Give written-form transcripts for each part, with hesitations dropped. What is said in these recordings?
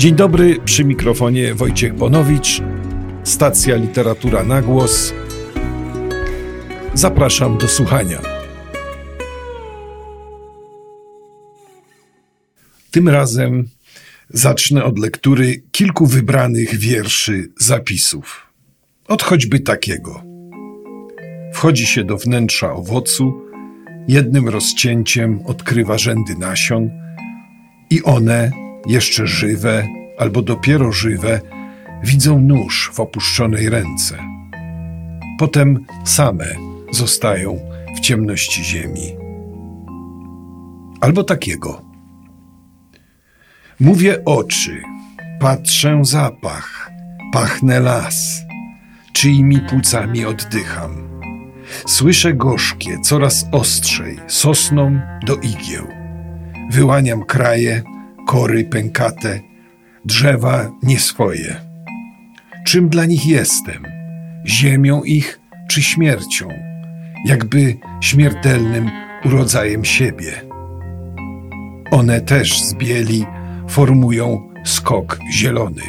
Dzień dobry, przy mikrofonie Wojciech Bonowicz, stacja Literatura na Głos. Zapraszam do słuchania. Tym razem zacznę od lektury kilku wybranych wierszy zapisów. Od choćby takiego. Wchodzi się do wnętrza owocu, jednym rozcięciem odkrywa rzędy nasion i one, jeszcze żywe albo dopiero żywe, widzą nóż w opuszczonej ręce. Potem same zostają w ciemności ziemi. Albo takiego. Mówię oczy, patrzę zapach, pachnę las, czyimi płucami oddycham. Słyszę gorzkie, coraz ostrzej, sosną do igieł. Wyłaniam kraje, kory pękate, drzewa nieswoje. Czym dla nich jestem? Ziemią ich czy śmiercią? Jakby śmiertelnym urodzajem siebie. One też z bieli formują skok zielony.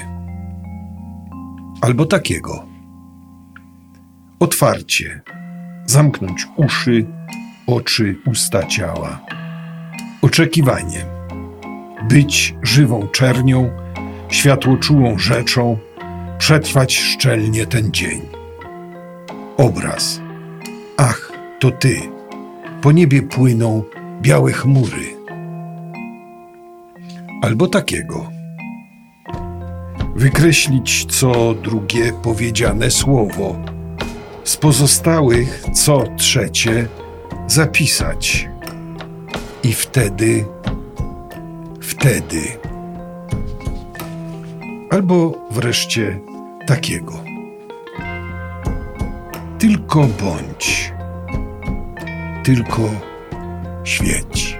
Albo takiego. Otwarcie. Zamknąć uszy, oczy, usta ciała. Oczekiwanie. Być żywą czernią, światłoczułą rzeczą, przetrwać szczelnie ten dzień. Obraz. Ach, to ty. Po niebie płyną białe chmury. Albo takiego. Wykreślić co drugie powiedziane słowo. Z pozostałych co trzecie zapisać. I wtedy. Albo wreszcie takiego. Tylko bądź. Tylko świeć.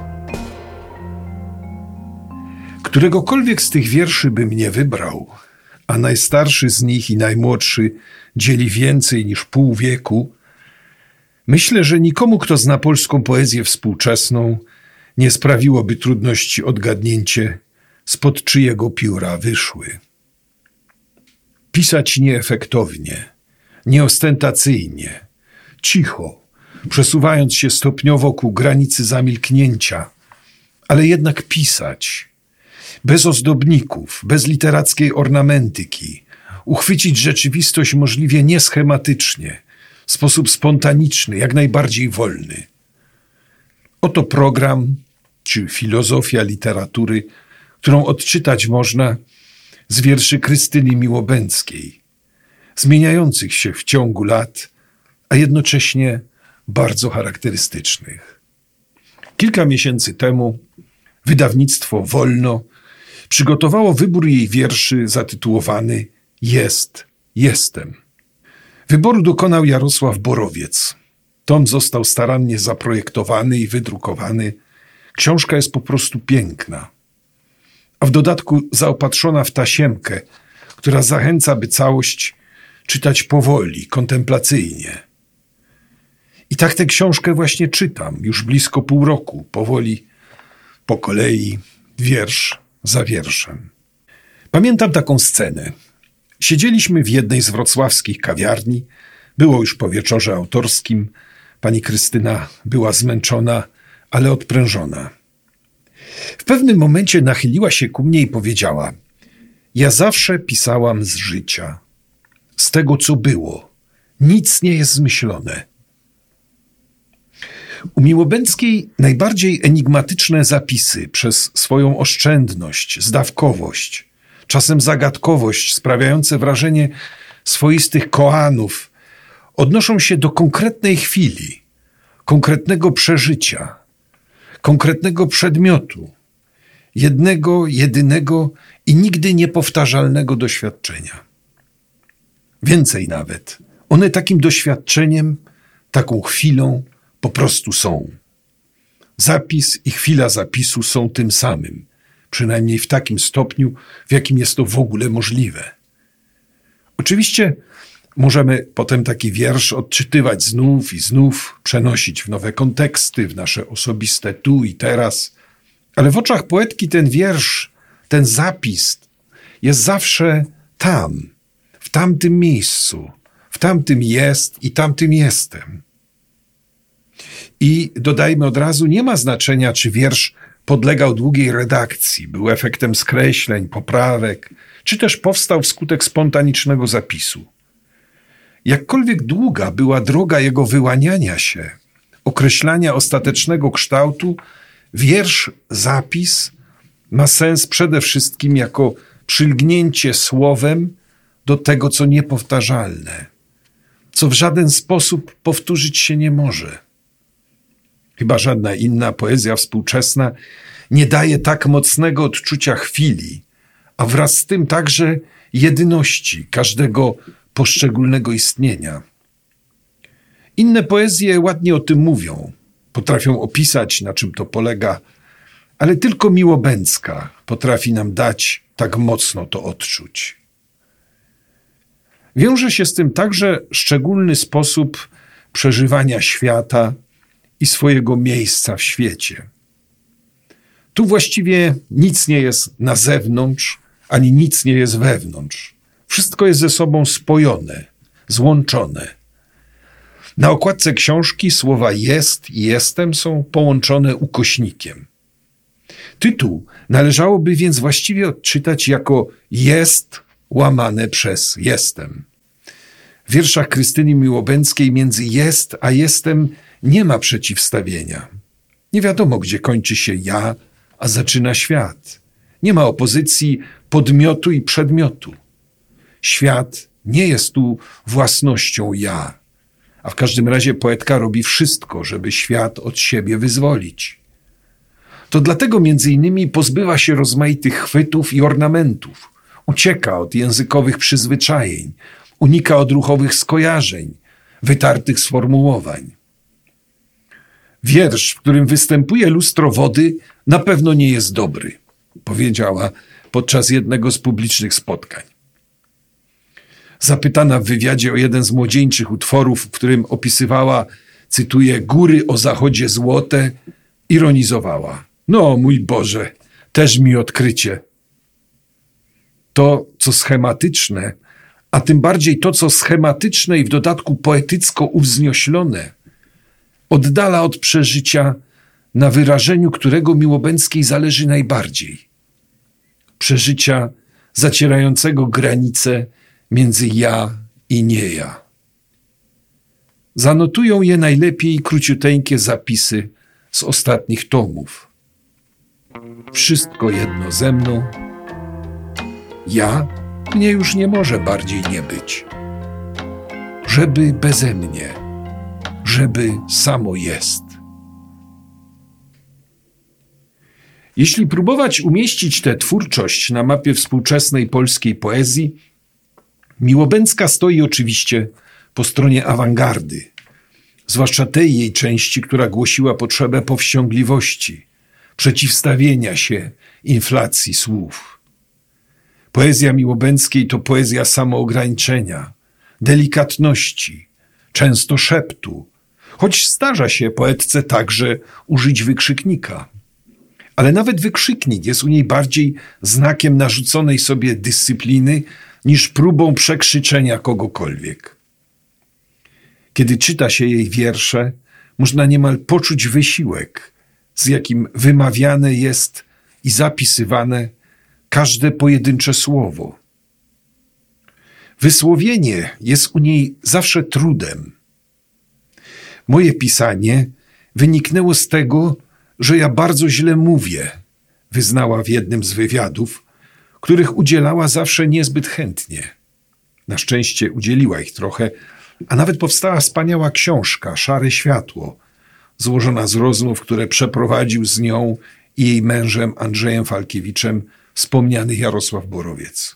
Któregokolwiek z tych wierszy bym nie wybrał, a najstarszy z nich i najmłodszy dzieli więcej niż pół wieku, myślę, że nikomu, kto zna polską poezję współczesną, nie sprawiłoby trudności odgadnięcie, spod czyjego pióra wyszły. Pisać nieefektownie, nieostentacyjnie, cicho, przesuwając się stopniowo ku granicy zamilknięcia, ale jednak pisać, bez ozdobników, bez literackiej ornamentyki, uchwycić rzeczywistość możliwie nieschematycznie, w sposób spontaniczny, jak najbardziej wolny. Oto program, czy filozofia literatury, którą odczytać można z wierszy Krystyny Miłobędzkiej, zmieniających się w ciągu lat, a jednocześnie bardzo charakterystycznych. Kilka miesięcy temu wydawnictwo Wolno przygotowało wybór jej wierszy zatytułowany Jest, jestem. Wyboru dokonał Jarosław Borowiec. Tom został starannie zaprojektowany i wydrukowany. Książka jest po prostu piękna. A w dodatku zaopatrzona w tasiemkę, która zachęca, by całość czytać powoli, kontemplacyjnie. I tak tę książkę właśnie czytam, już blisko pół roku, powoli, po kolei, wiersz za wierszem. Pamiętam taką scenę. Siedzieliśmy w jednej z wrocławskich kawiarni. Było już po wieczorze autorskim. Pani Krystyna była zmęczona, ale odprężona. W pewnym momencie nachyliła się ku mnie i powiedziała: ja zawsze pisałam z życia, z tego, co było. Nic nie jest zmyślone. U Miłobędzkiej najbardziej enigmatyczne zapisy przez swoją oszczędność, zdawkowość, czasem zagadkowość sprawiające wrażenie swoistych koanów odnoszą się do konkretnej chwili, konkretnego przeżycia, konkretnego przedmiotu, jednego, jedynego i nigdy niepowtarzalnego doświadczenia. Więcej nawet, one takim doświadczeniem, taką chwilą po prostu są. Zapis i chwila zapisu są tym samym, przynajmniej w takim stopniu, w jakim jest to w ogóle możliwe. Oczywiście możemy potem taki wiersz odczytywać znów i znów, przenosić w nowe konteksty, w nasze osobiste tu i teraz, ale w oczach poetki ten wiersz, ten zapis jest zawsze tam, w tamtym miejscu, w tamtym jest i tamtym jestem. I dodajmy od razu, nie ma znaczenia, czy wiersz podlegał długiej redakcji, był efektem skreśleń, poprawek, czy też powstał wskutek spontanicznego zapisu. Jakkolwiek długa była droga jego wyłaniania się, określania ostatecznego kształtu, wiersz, zapis ma sens przede wszystkim jako przylgnięcie słowem do tego, co niepowtarzalne, co w żaden sposób powtórzyć się nie może. Chyba żadna inna poezja współczesna nie daje tak mocnego odczucia chwili, a wraz z tym także jedyności każdego poszczególnego istnienia. Inne poezje ładnie o tym mówią, potrafią opisać, na czym to polega, ale tylko Miłobędzka potrafi nam dać tak mocno to odczuć. Wiąże się z tym także szczególny sposób przeżywania świata i swojego miejsca w świecie. Tu właściwie nic nie jest na zewnątrz, ani nic nie jest wewnątrz. Wszystko jest ze sobą spojone, złączone. Na okładce książki słowa jest i jestem są połączone ukośnikiem. Tytuł należałoby więc właściwie odczytać jako jest łamane przez jestem. W wierszach Krystyny Miłobędzkiej między jest a jestem nie ma przeciwstawienia. Nie wiadomo, gdzie kończy się ja, a zaczyna świat. Nie ma opozycji podmiotu i przedmiotu. Świat nie jest tu własnością ja, a w każdym razie poetka robi wszystko, żeby świat od siebie wyzwolić. To dlatego między innymi pozbywa się rozmaitych chwytów i ornamentów, ucieka od językowych przyzwyczajeń, unika odruchowych skojarzeń, wytartych sformułowań. Wiersz, w którym występuje lustro wody, na pewno nie jest dobry, powiedziała podczas jednego z publicznych spotkań. Zapytana w wywiadzie o jeden z młodzieńczych utworów, w którym opisywała, cytuję, góry o zachodzie złote, ironizowała. No, mój Boże, też mi odkrycie. To, co schematyczne, a tym bardziej to, co schematyczne i w dodatku poetycko uwznioślone, oddala od przeżycia, na wyrażeniu którego Miłobędzkiej zależy najbardziej. Przeżycia zacierającego granice między ja i nie ja. Zanotują je najlepiej króciuteńkie zapisy z ostatnich tomów. Wszystko jedno ze mną. Ja mnie już nie może bardziej nie być. Żeby beze mnie, żeby samo jest. Jeśli próbować umieścić tę twórczość na mapie współczesnej polskiej poezji, Miłobędzka stoi oczywiście po stronie awangardy, zwłaszcza tej jej części, która głosiła potrzebę powściągliwości, przeciwstawienia się inflacji słów. Poezja Miłobędzkiej to poezja samoograniczenia, delikatności, często szeptu, choć zdarza się poetce także użyć wykrzyknika. Ale nawet wykrzyknik jest u niej bardziej znakiem narzuconej sobie dyscypliny niż próbą przekrzyczenia kogokolwiek. Kiedy czyta się jej wiersze, można niemal poczuć wysiłek, z jakim wymawiane jest i zapisywane każde pojedyncze słowo. Wysłowienie jest u niej zawsze trudem. Moje pisanie wyniknęło z tego, że ja bardzo źle mówię, wyznała w jednym z wywiadów, których udzielała zawsze niezbyt chętnie. Na szczęście udzieliła ich trochę, a nawet powstała wspaniała książka Szare światło, złożona z rozmów, które przeprowadził z nią i jej mężem Andrzejem Falkiewiczem wspomniany Jarosław Borowiec.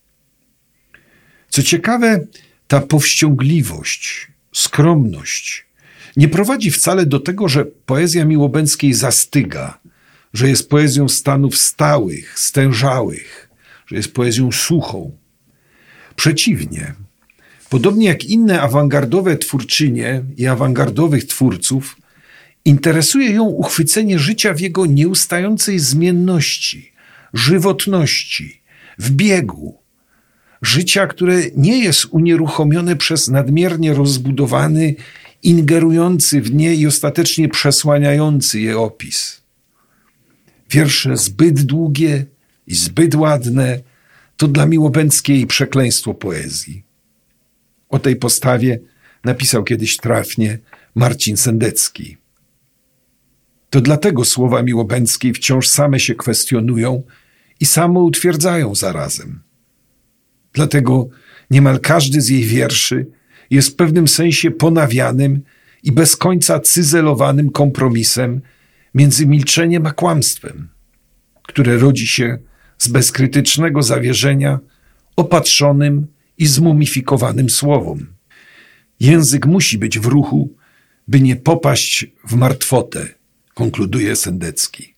Co ciekawe, ta powściągliwość, skromność nie prowadzi wcale do tego, że poezja Miłobędzkiej zastyga, że jest poezją stanów stałych, stężałych, że jest poezją suchą. Przeciwnie, podobnie jak inne awangardowe twórczynie i awangardowych twórców, interesuje ją uchwycenie życia w jego nieustającej zmienności, żywotności, w biegu, życia, które nie jest unieruchomione przez nadmiernie rozbudowany, ingerujący w nie i ostatecznie przesłaniający je opis. Wiersze zbyt długie i zbyt ładne to dla Miłobędzkiej przekleństwo poezji. O tej postawie napisał kiedyś trafnie Marcin Sendecki. To dlatego słowa Miłobędzkiej wciąż same się kwestionują i samoutwierdzają zarazem. Dlatego niemal każdy z jej wierszy jest w pewnym sensie ponawianym i bez końca cyzelowanym kompromisem między milczeniem a kłamstwem, które rodzi się z bezkrytycznego zawierzenia opatrzonym i zmumifikowanym słowom. Język musi być w ruchu, by nie popaść w martwotę, konkluduje Sendecki.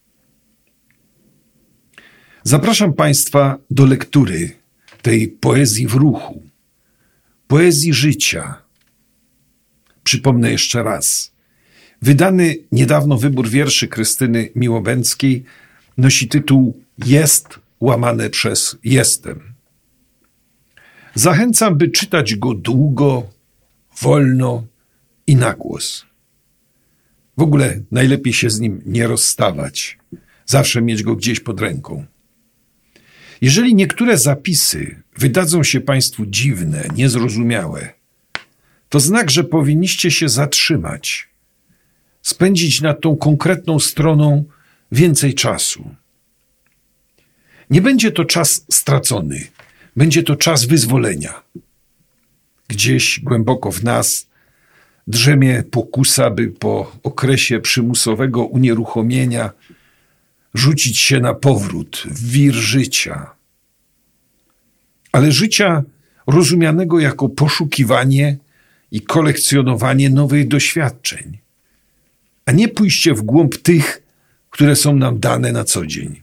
Zapraszam Państwa do lektury tej poezji w ruchu, poezji życia. Przypomnę jeszcze raz. Wydany niedawno wybór wierszy Krystyny Miłobędzkiej nosi tytuł Jest łamane przez jestem. Zachęcam, by czytać go długo, wolno i na głos. W ogóle najlepiej się z nim nie rozstawać. Zawsze mieć go gdzieś pod ręką. Jeżeli niektóre zapisy wydadzą się Państwu dziwne, niezrozumiałe, to znak, że powinniście się zatrzymać, spędzić nad tą konkretną stroną więcej czasu. Nie będzie to czas stracony, będzie to czas wyzwolenia. Gdzieś głęboko w nas drzemie pokusa, by po okresie przymusowego unieruchomienia rzucić się na powrót w wir życia. Ale życia rozumianego jako poszukiwanie i kolekcjonowanie nowych doświadczeń, a nie pójście w głąb tych, które są nam dane na co dzień.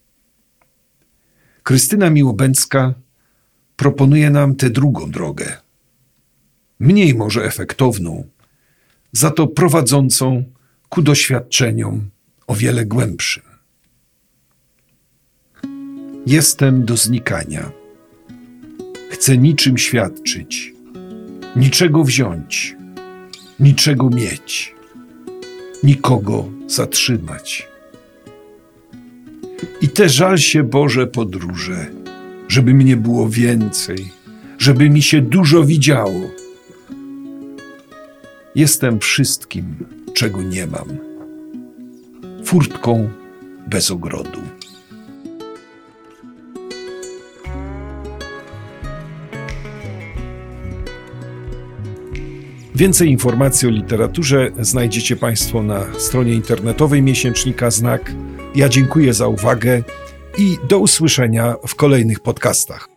Krystyna Miłobędzka proponuje nam tę drugą drogę, mniej może efektowną, za to prowadzącą ku doświadczeniom o wiele głębszym. Jestem do znikania. Chcę niczym świadczyć, niczego wziąć, niczego mieć, nikogo zatrzymać. I te żal się Boże podróże, żeby mnie było więcej, żeby mi się dużo widziało. Jestem wszystkim, czego nie mam. Furtką bez ogrodu. Więcej informacji o literaturze znajdziecie Państwo na stronie internetowej miesięcznika Znak. Ja dziękuję za uwagę i do usłyszenia w kolejnych podcastach.